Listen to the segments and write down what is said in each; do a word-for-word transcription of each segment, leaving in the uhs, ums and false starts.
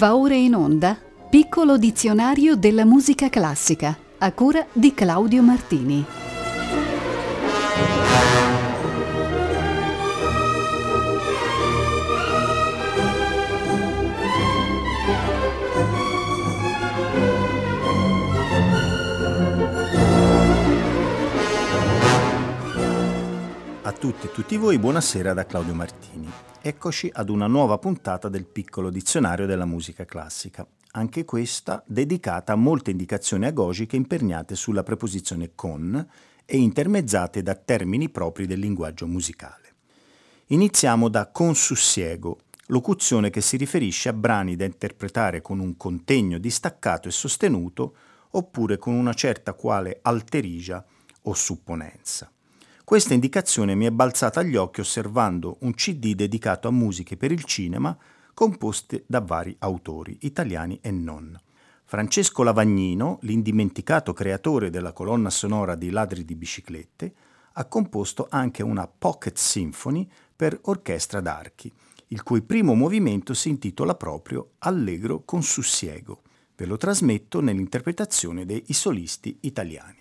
Va ora in onda Piccolo dizionario della musica classica, a cura di Claudio Martini. A tutti e tutti voi, buonasera da Claudio Martini. Eccoci ad una nuova puntata del Piccolo dizionario della musica classica, anche questa dedicata a molte indicazioni agogiche imperniate sulla preposizione con e intermezzate da termini propri del linguaggio musicale. Iniziamo da con sussiego, locuzione che si riferisce a brani da interpretare con un contegno distaccato e sostenuto oppure con una certa quale alterigia o supponenza. Questa indicazione mi è balzata agli occhi osservando un C D dedicato a musiche per il cinema composte da vari autori, italiani e non. Francesco Lavagnino, l'indimenticato creatore della colonna sonora di Ladri di biciclette, ha composto anche una Pocket Symphony per orchestra d'archi, il cui primo movimento si intitola proprio Allegro con sussiego. Ve lo trasmetto nell'interpretazione dei solisti italiani.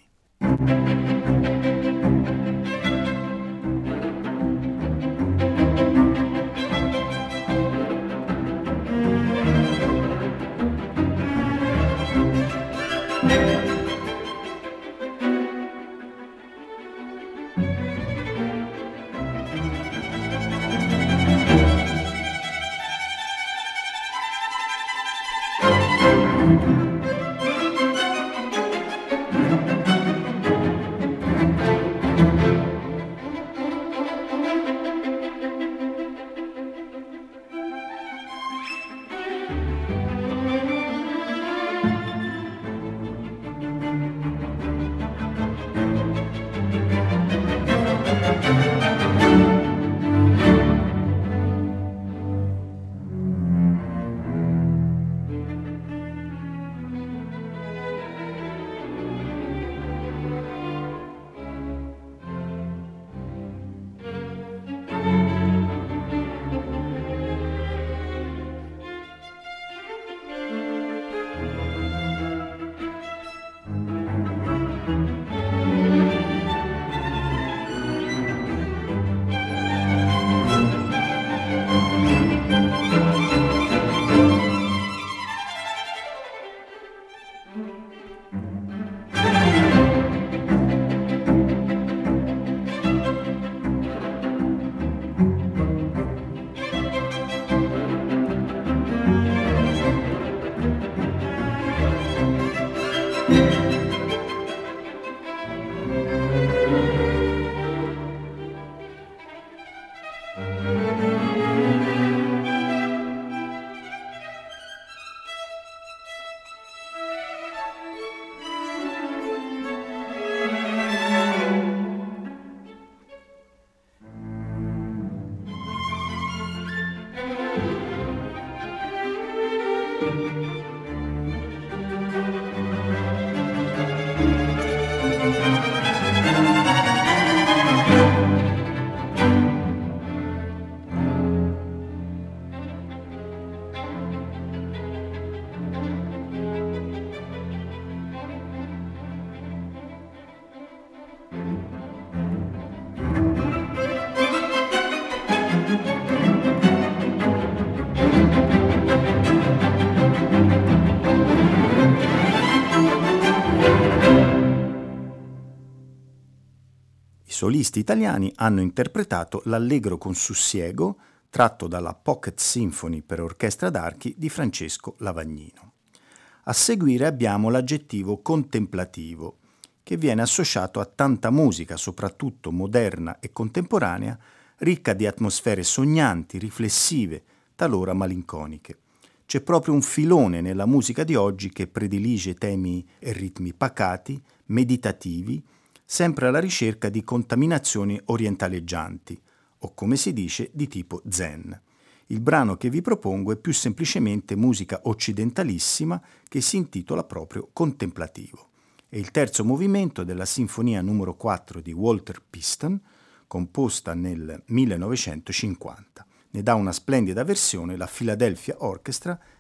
I solisti italiani hanno interpretato l'Allegro con sussiego, tratto dalla Pocket Symphony per orchestra d'archi di Francesco Lavagnino. A seguire abbiamo l'aggettivo contemplativo, che viene associato a tanta musica, soprattutto moderna e contemporanea, ricca di atmosfere sognanti, riflessive, talora malinconiche. C'è proprio un filone nella musica di oggi che predilige temi e ritmi pacati, meditativi, sempre alla ricerca di contaminazioni orientaleggianti, o come si dice di tipo zen. Il brano che vi propongo è più semplicemente musica occidentalissima che si intitola proprio Contemplativo. È il terzo movimento della sinfonia numero quattro di Walter Piston, composta nel millenovecentocinquanta. Ne dà una splendida versione la Philadelphia Orchestra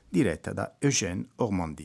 diretta da Eugène Ormandy.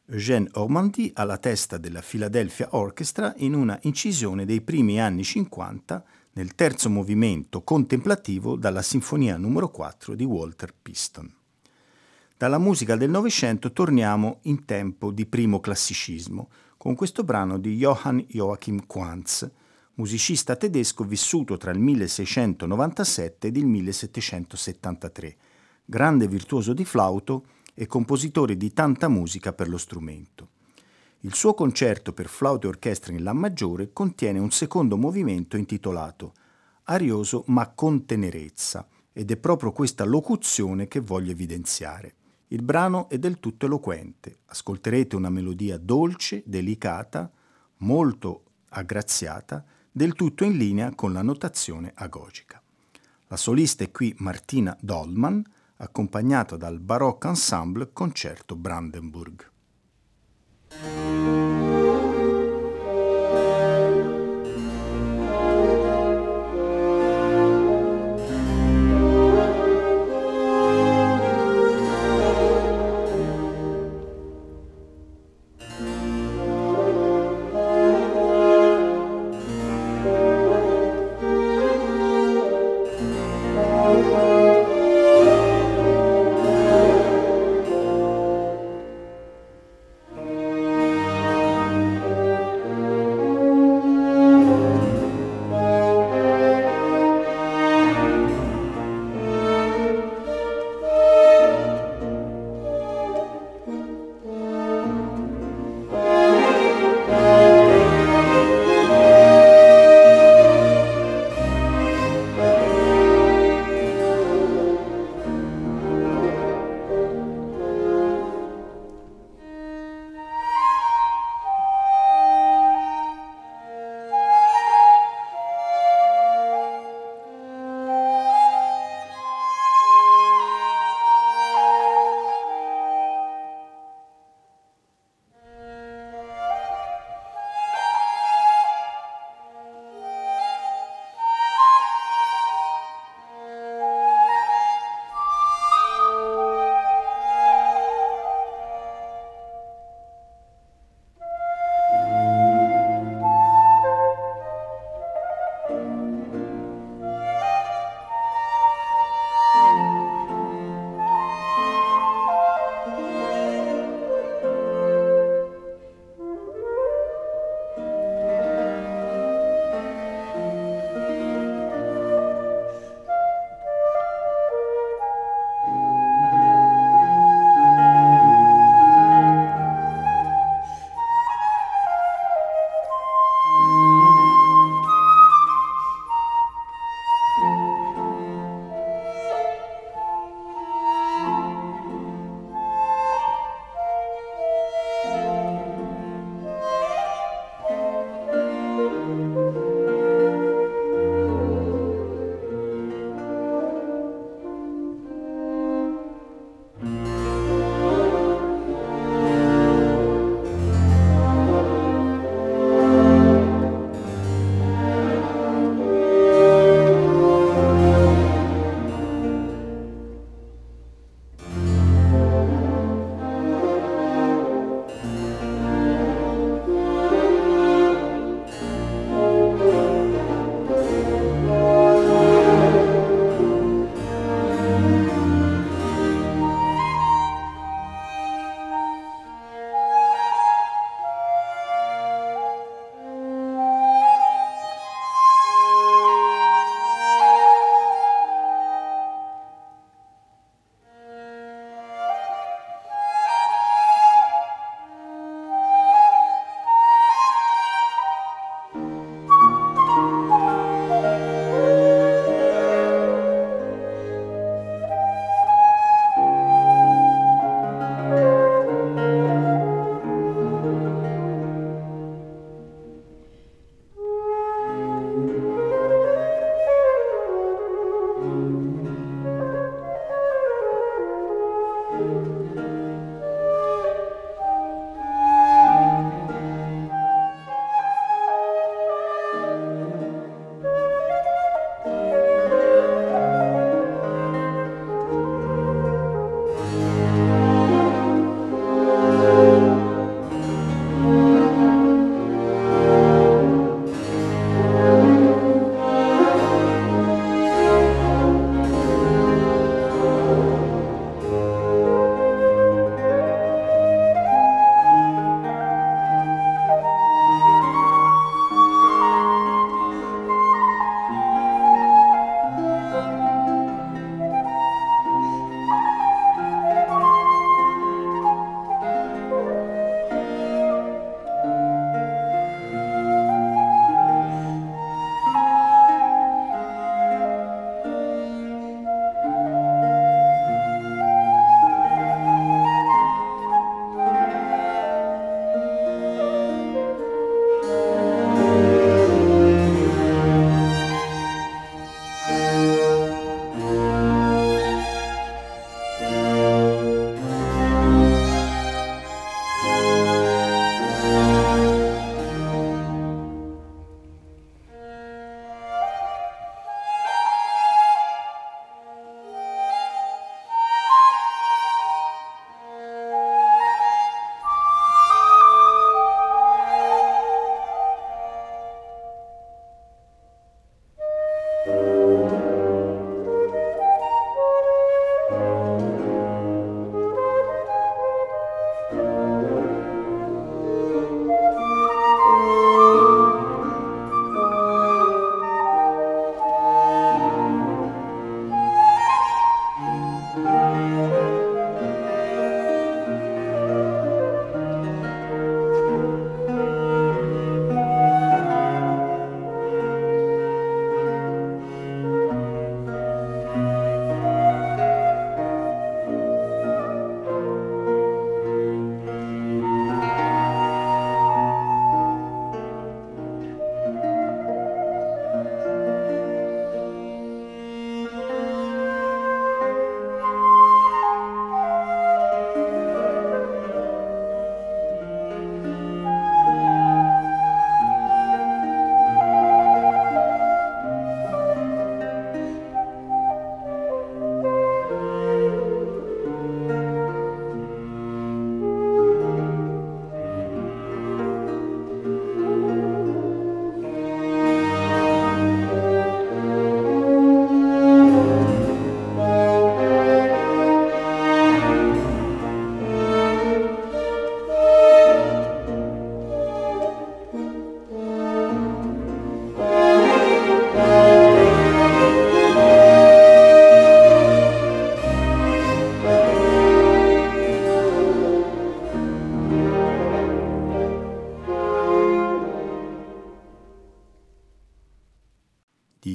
Eugène Ormandy alla testa della Philadelphia Orchestra in una incisione dei primi anni cinquanta nel terzo movimento contemplativo dalla Sinfonia numero quattro di Walter Piston. Dalla musica del Novecento torniamo in tempo di primo classicismo, con questo brano di Johann Joachim Quantz, musicista tedesco vissuto tra il milleseicentonovantasette ed il millesettecentosettantatré, grande virtuoso di flauto e compositore di tanta musica per lo strumento. Il suo concerto per flauto e orchestra in La maggiore contiene un secondo movimento intitolato Arioso ma con tenerezza, ed è proprio questa locuzione che voglio evidenziare. Il brano è del tutto eloquente. Ascolterete una melodia dolce, delicata, molto aggraziata, del tutto in linea con la notazione agogica. La solista è qui Martina Dollmann, accompagnata dal Baroque Ensemble Concerto Brandenburg.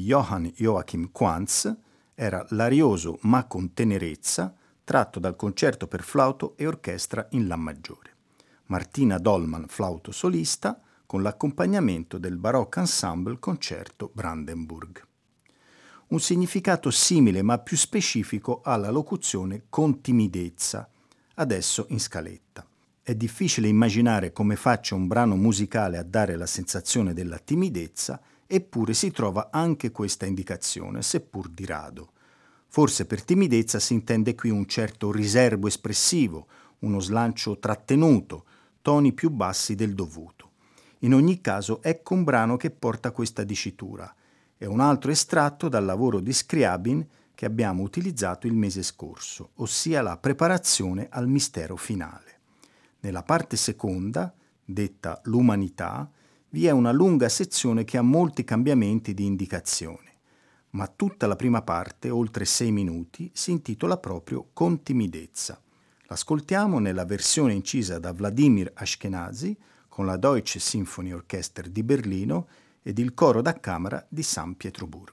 Johann Joachim Quantz era l'arioso ma con tenerezza, tratto dal concerto per flauto e orchestra in La maggiore. Martina Dollmann, flauto solista, con l'accompagnamento del Baroque Ensemble Concerto Brandenburg. Un significato simile ma più specifico alla locuzione con timidezza, adesso in scaletta. È difficile immaginare come faccia un brano musicale a dare la sensazione della timidezza, eppure si trova anche questa indicazione, seppur di rado. Forse per timidezza si intende qui un certo riserbo espressivo, uno slancio trattenuto, toni più bassi del dovuto. In ogni caso, ecco un brano che porta questa dicitura. È un altro estratto dal lavoro di Scriabin che abbiamo utilizzato il mese scorso, ossia la preparazione al mistero finale. Nella parte seconda, detta l'umanità, vi è una lunga sezione che ha molti cambiamenti di indicazione, ma tutta la prima parte, oltre sei minuti, si intitola proprio Con timidezza. L'ascoltiamo nella versione incisa da Vladimir Ashkenazy con la Deutsche Sinfonieorchester di Berlino ed il coro da camera di San Pietroburgo.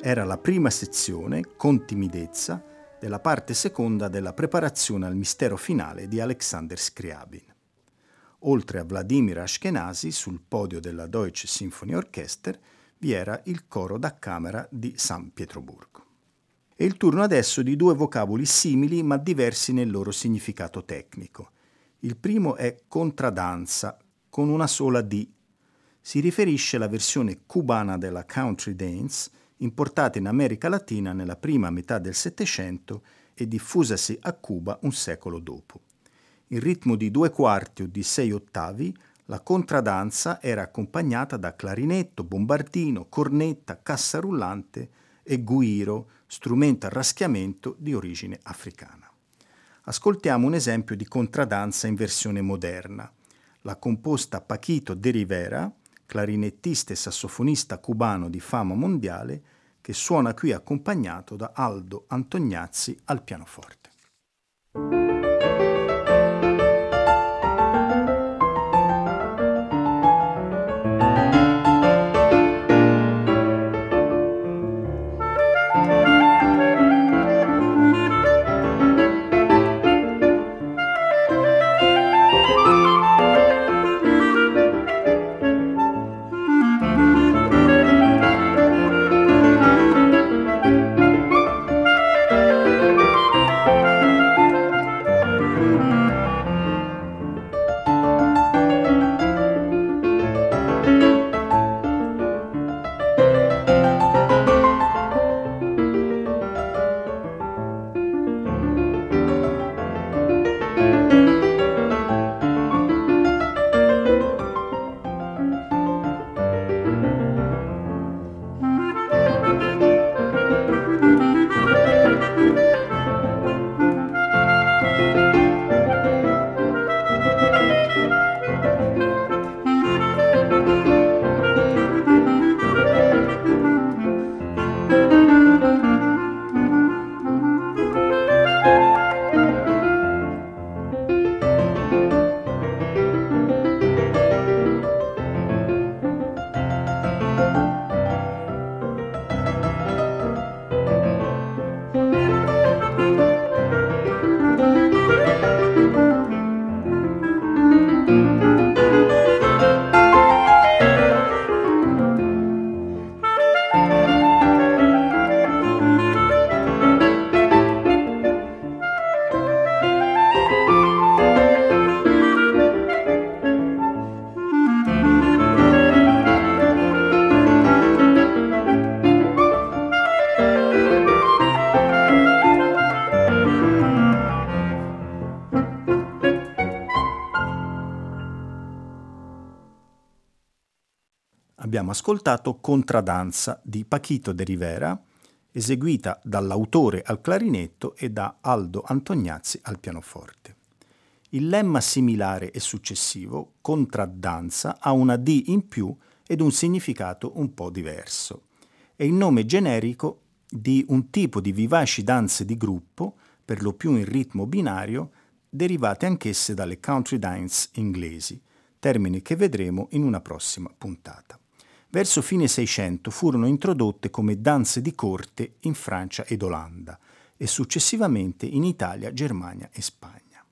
Era la prima sezione, con timidezza, della parte seconda della preparazione al mistero finale di Alexander Scriabin. Oltre a Vladimir Ashkenazy, sul podio della Deutsche Sinfonieorchester vi era il coro da camera di San Pietroburgo. È il turno adesso di due vocaboli simili ma diversi nel loro significato tecnico. Il primo è contradanza, con una sola D. Si riferisce alla versione cubana della country dance, importata in America Latina nella prima metà del Settecento e diffusasi a Cuba un secolo dopo. In ritmo di due quarti o di sei ottavi, la contradanza era accompagnata da clarinetto, bombardino, cornetta, cassa rullante e guiro, strumento a raschiamento di origine africana. Ascoltiamo un esempio di contradanza in versione moderna. La composta Paquito de Rivera, clarinettista e sassofonista cubano di fama mondiale, che suona qui accompagnato da Aldo Antoniazzi al pianoforte. Abbiamo ascoltato Contradanza di Paquito de Rivera, eseguita dall'autore al clarinetto e da Aldo Antoniazzi al pianoforte. Il lemma similare e successivo, contraddanza, ha una D in più ed un significato un po' diverso. È il nome generico di un tipo di vivaci danze di gruppo, per lo più in ritmo binario, derivate anch'esse dalle country dance inglesi, termine che vedremo in una prossima puntata. Verso fine Seicento furono introdotte come danze di corte in Francia ed Olanda e successivamente in Italia, Germania e Spagna.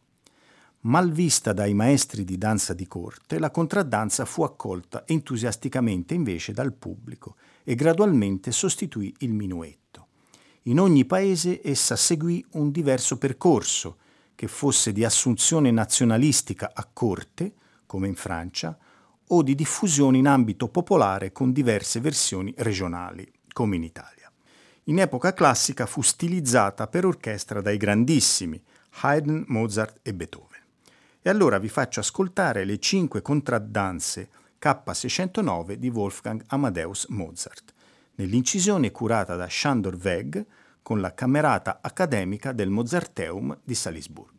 Mal vista dai maestri di danza di corte, la contraddanza fu accolta entusiasticamente invece dal pubblico e gradualmente sostituì il minuetto. In ogni paese essa seguì un diverso percorso, che fosse di assunzione nazionalistica a corte, come in Francia, o di diffusione in ambito popolare con diverse versioni regionali, come in Italia. In epoca classica fu stilizzata per orchestra dai grandissimi Haydn, Mozart e Beethoven. E allora vi faccio ascoltare le cinque contraddanze K seicentonove di Wolfgang Amadeus Mozart, nell'incisione curata da Sándor Weg con la Camerata Accademica del Mozarteum di Salisburgo.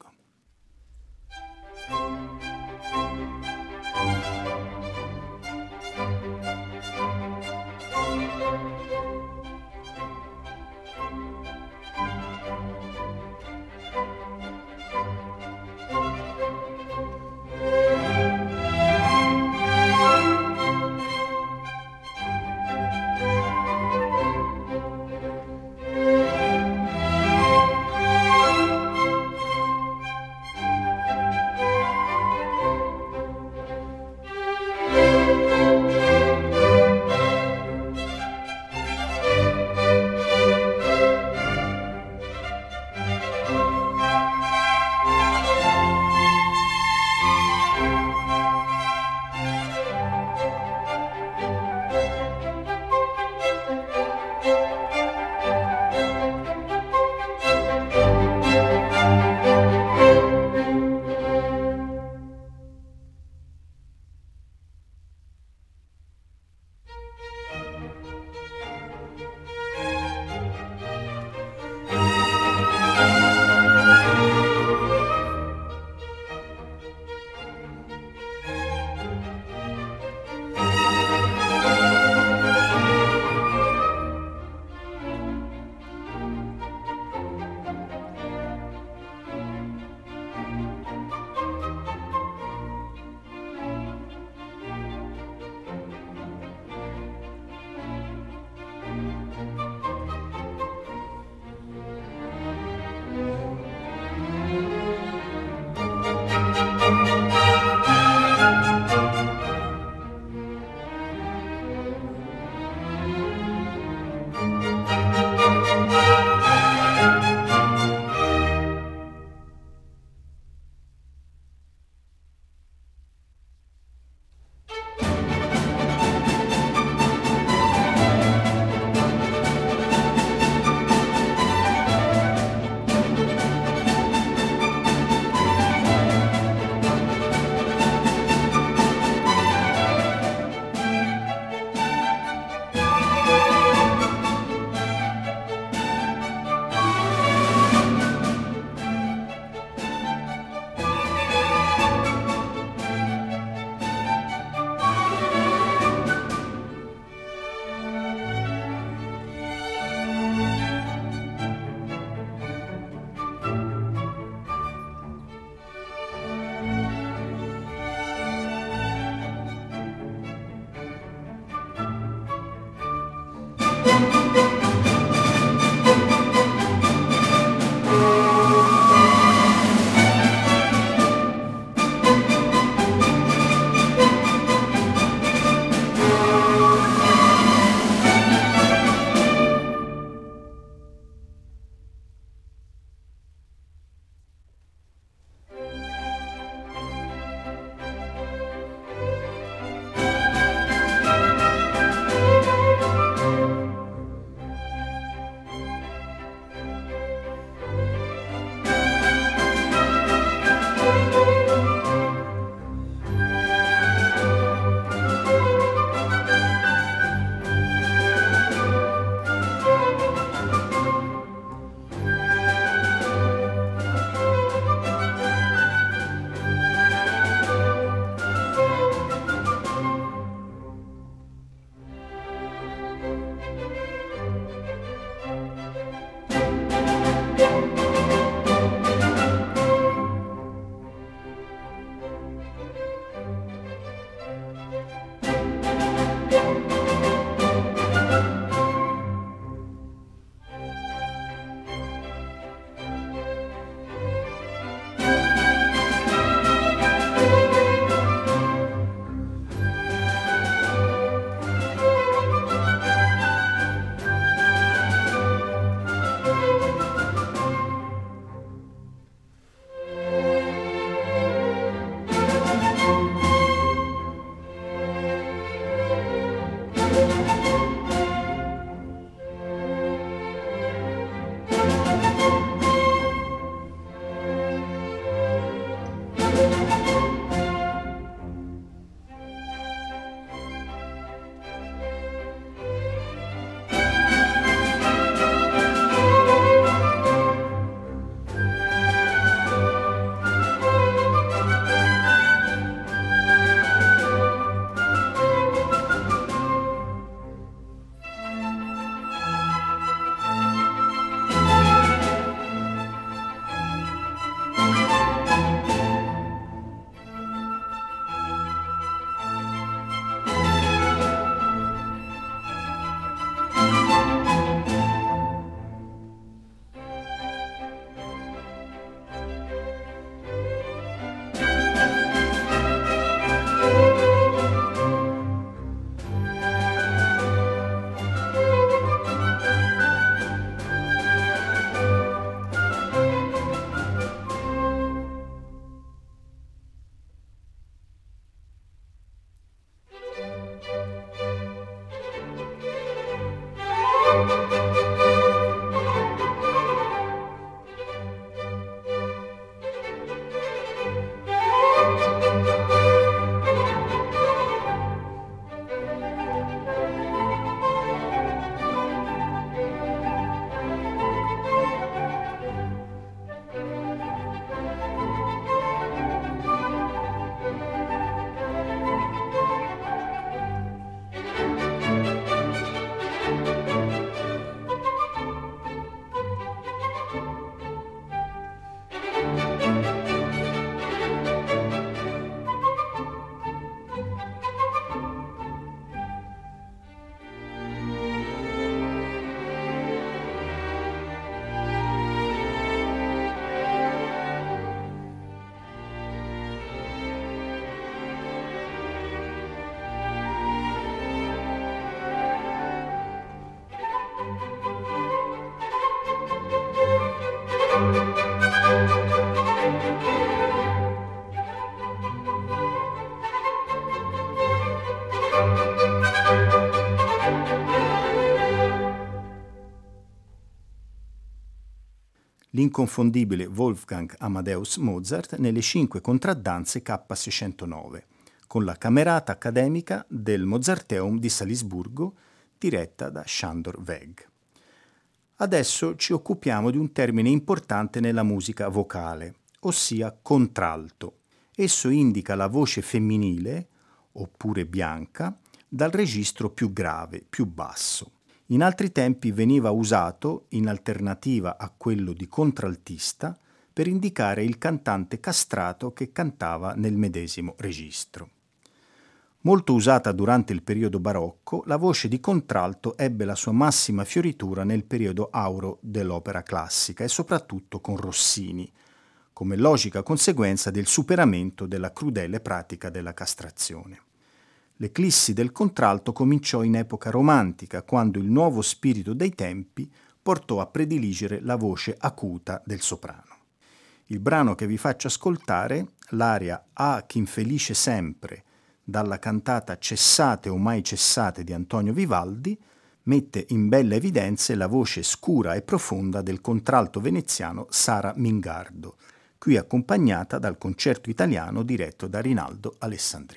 l'inconfondibile Wolfgang Amadeus Mozart nelle cinque contraddanze K seicentonove, con la Camerata Accademica del Mozarteum di Salisburgo, diretta da Sándor Weg. Adesso ci occupiamo di un termine importante nella musica vocale, ossia contralto. Esso indica la voce femminile, oppure bianca, dal registro più grave, più basso. In altri tempi veniva usato, in alternativa a quello di contraltista, per indicare il cantante castrato che cantava nel medesimo registro. Molto usata durante il periodo barocco, la voce di contralto ebbe la sua massima fioritura nel periodo aureo dell'opera classica e soprattutto con Rossini, come logica conseguenza del superamento della crudele pratica della castrazione. L'eclissi del contralto cominciò in epoca romantica, quando il nuovo spirito dei tempi portò a prediligere la voce acuta del soprano. Il brano che vi faccio ascoltare, l'aria Ah, ch'infelice sempre, dalla cantata Cessate o mai cessate di Antonio Vivaldi, mette in bella evidenza la voce scura e profonda del contralto veneziano Sara Mingardo, qui accompagnata dal concerto italiano diretto da Rinaldo Alessandrini.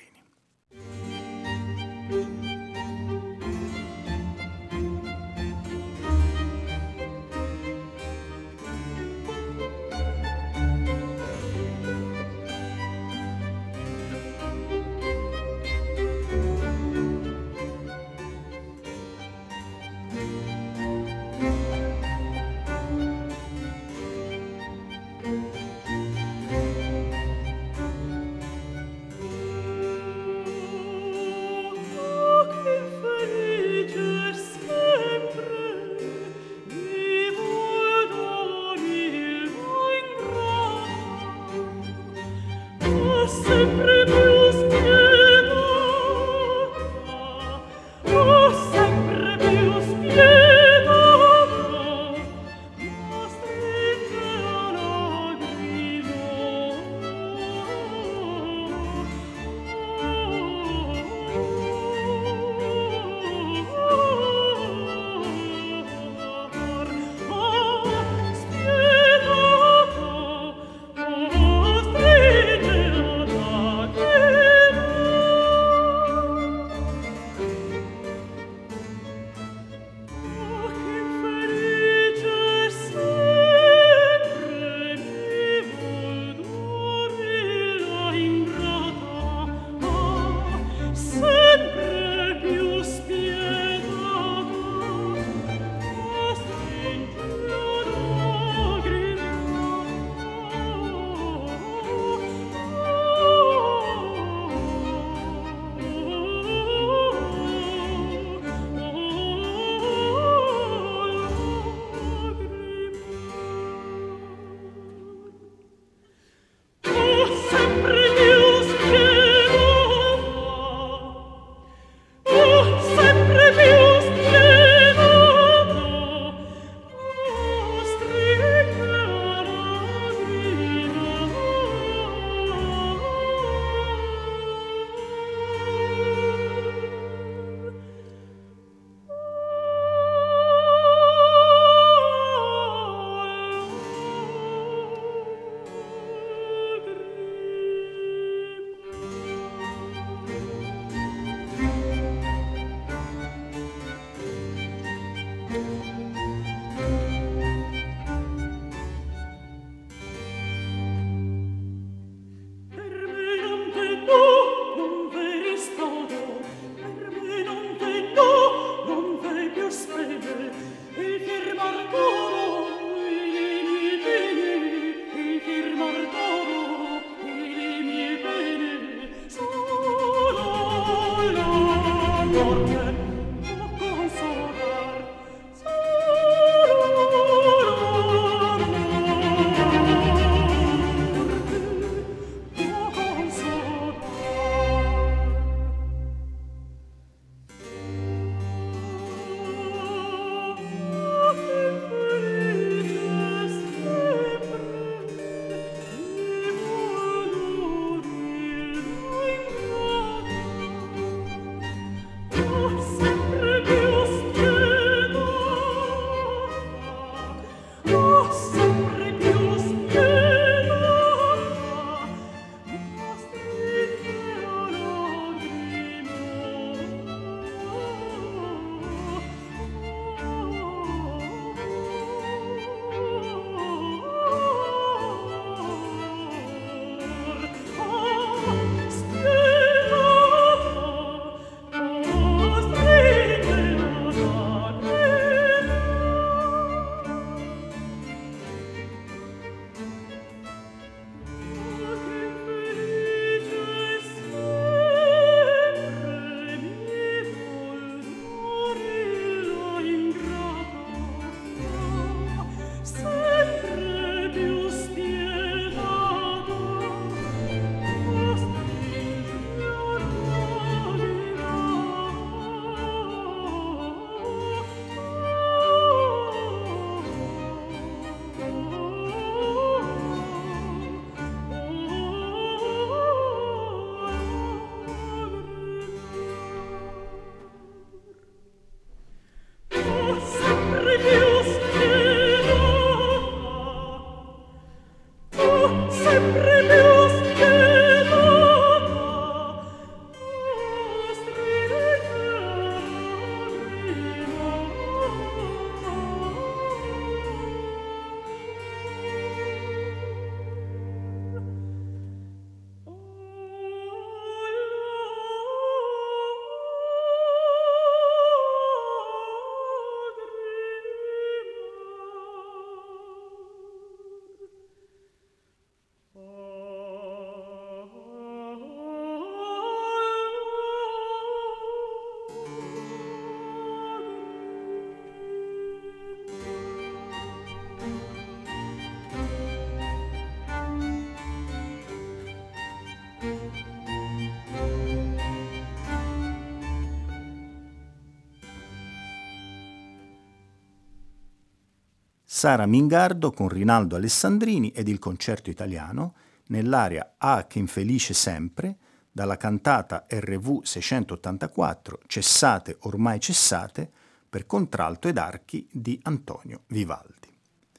Sara Mingardo con Rinaldo Alessandrini ed il concerto italiano nell'aria Ah che infelice sempre dalla cantata R V seicentottantaquattro Cessate ormai cessate per contralto ed archi di Antonio Vivaldi.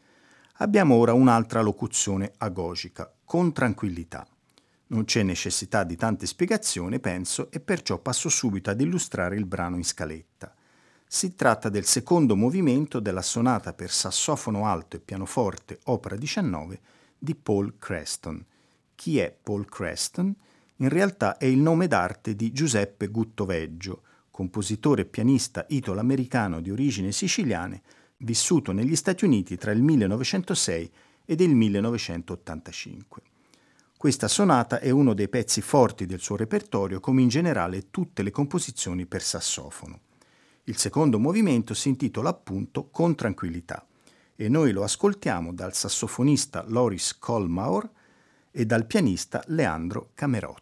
Abbiamo ora un'altra locuzione agogica, con tranquillità. Non c'è necessità di tante spiegazioni, penso, e perciò passo subito ad illustrare il brano in scaletta. Si tratta del secondo movimento della sonata per sassofono alto e pianoforte, opera diciannove, di Paul Creston. Chi è Paul Creston? In realtà è il nome d'arte di Giuseppe Guttoveggio, compositore e pianista italo-americano di origini siciliane, vissuto negli Stati Uniti tra il millenovecentosei ed il millenovecentottantacinque. Questa sonata è uno dei pezzi forti del suo repertorio, come in generale tutte le composizioni per sassofono. Il secondo movimento si intitola appunto Con tranquillità e noi lo ascoltiamo dal sassofonista Loris Colmaur e dal pianista Leandro Camerotto.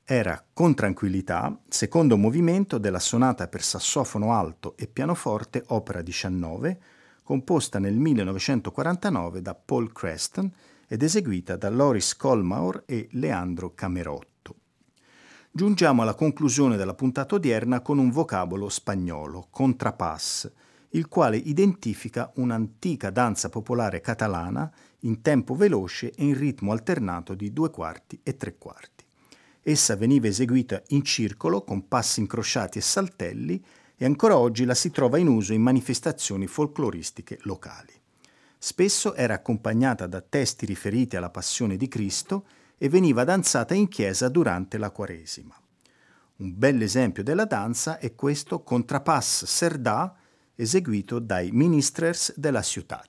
Era Con tranquillità, secondo movimento della sonata per sassofono alto e pianoforte opera diciannove, composta nel millenovecentoquarantanove da Paul Creston ed eseguita da Loris Colmaur e Leandro Camerotto. Giungiamo alla conclusione della puntata odierna con un vocabolo spagnolo, contrapass, il quale identifica un'antica danza popolare catalana in tempo veloce e in ritmo alternato di due quarti e tre quarti. Essa veniva eseguita in circolo con passi incrociati e saltelli e ancora oggi la si trova in uso in manifestazioni folcloristiche locali. Spesso era accompagnata da testi riferiti alla Passione di Cristo e veniva danzata in chiesa durante la Quaresima. Un bell'esempio della danza è questo Contrapass Cerdà eseguito dai Ministrers de la Ciutat.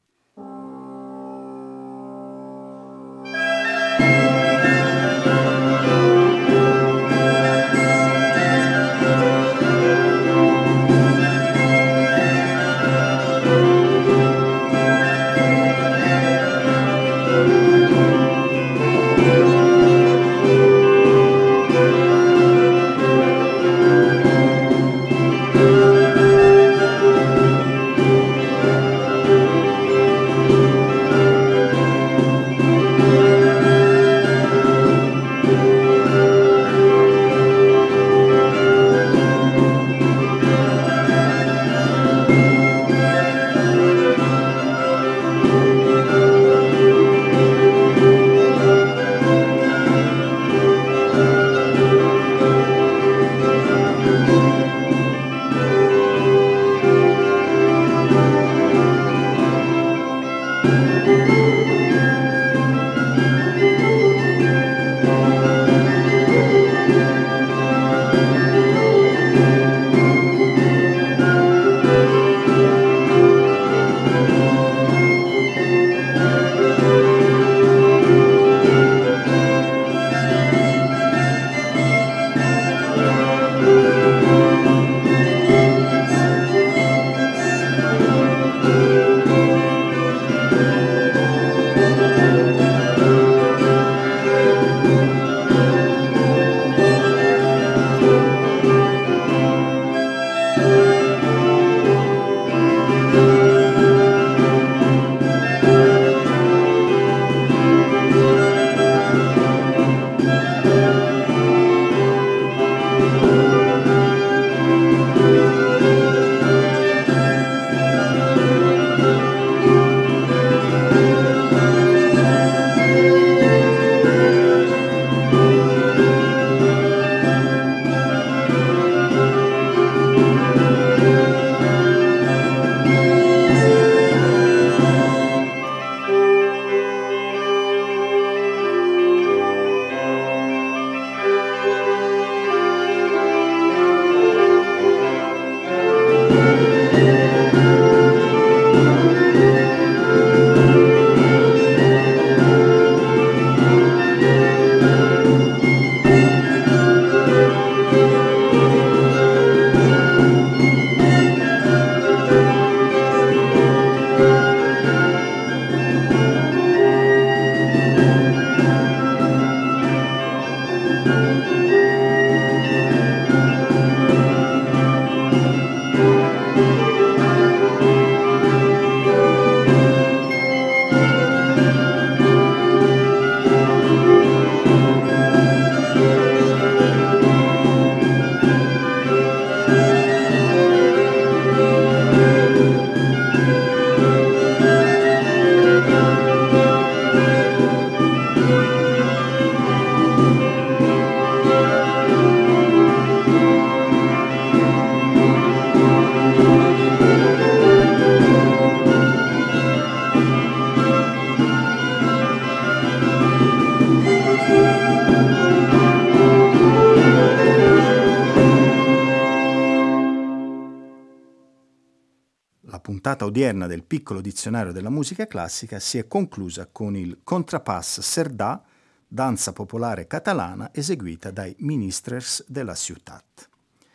puntata odierna del piccolo dizionario della musica classica si è conclusa con il Contrapass Cerdà, danza popolare catalana eseguita dai Ministrers de la Ciutat.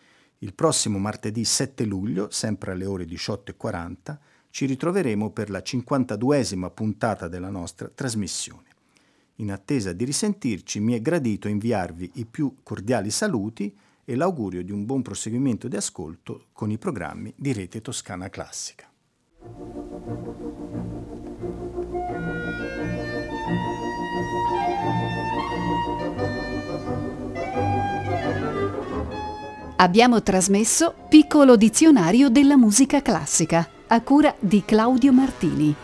Il prossimo martedì sette luglio, sempre alle ore diciotto e quaranta, ci ritroveremo per la cinquantaduesima puntata della nostra trasmissione. In attesa di risentirci, mi è gradito inviarvi i più cordiali saluti e l'augurio di un buon proseguimento di ascolto con i programmi di Rete Toscana Classica. Abbiamo trasmesso Piccolo dizionario della musica classica, a cura di Claudio Martini.